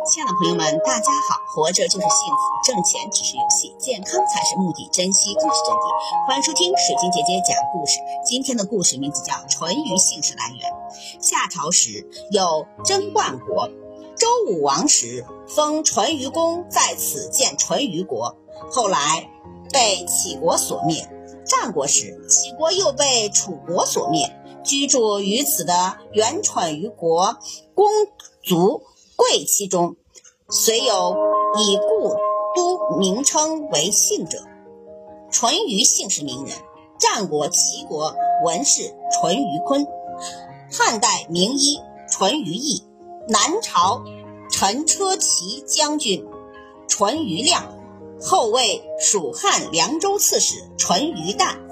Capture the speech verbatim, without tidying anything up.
亲爱的朋友们，大家好！活着就是幸福，挣钱只是游戏，健康才是目的，珍惜更是真谛。欢迎收听水晶姐姐讲故事。今天的故事名字叫《淳于姓氏来源》。夏朝时有贞观国，周武王时封淳于公，在此建淳于国，后来被齐国所灭。战国时，齐国又被楚国所灭。居住于此的原淳于国公族贵戚中，虽有以故都名称为姓者。淳于姓氏名人，战国齐国文士淳于髡，汉代名医淳于意，南朝陈车骑将军淳于亮，后为蜀汉凉州刺史淳于旦。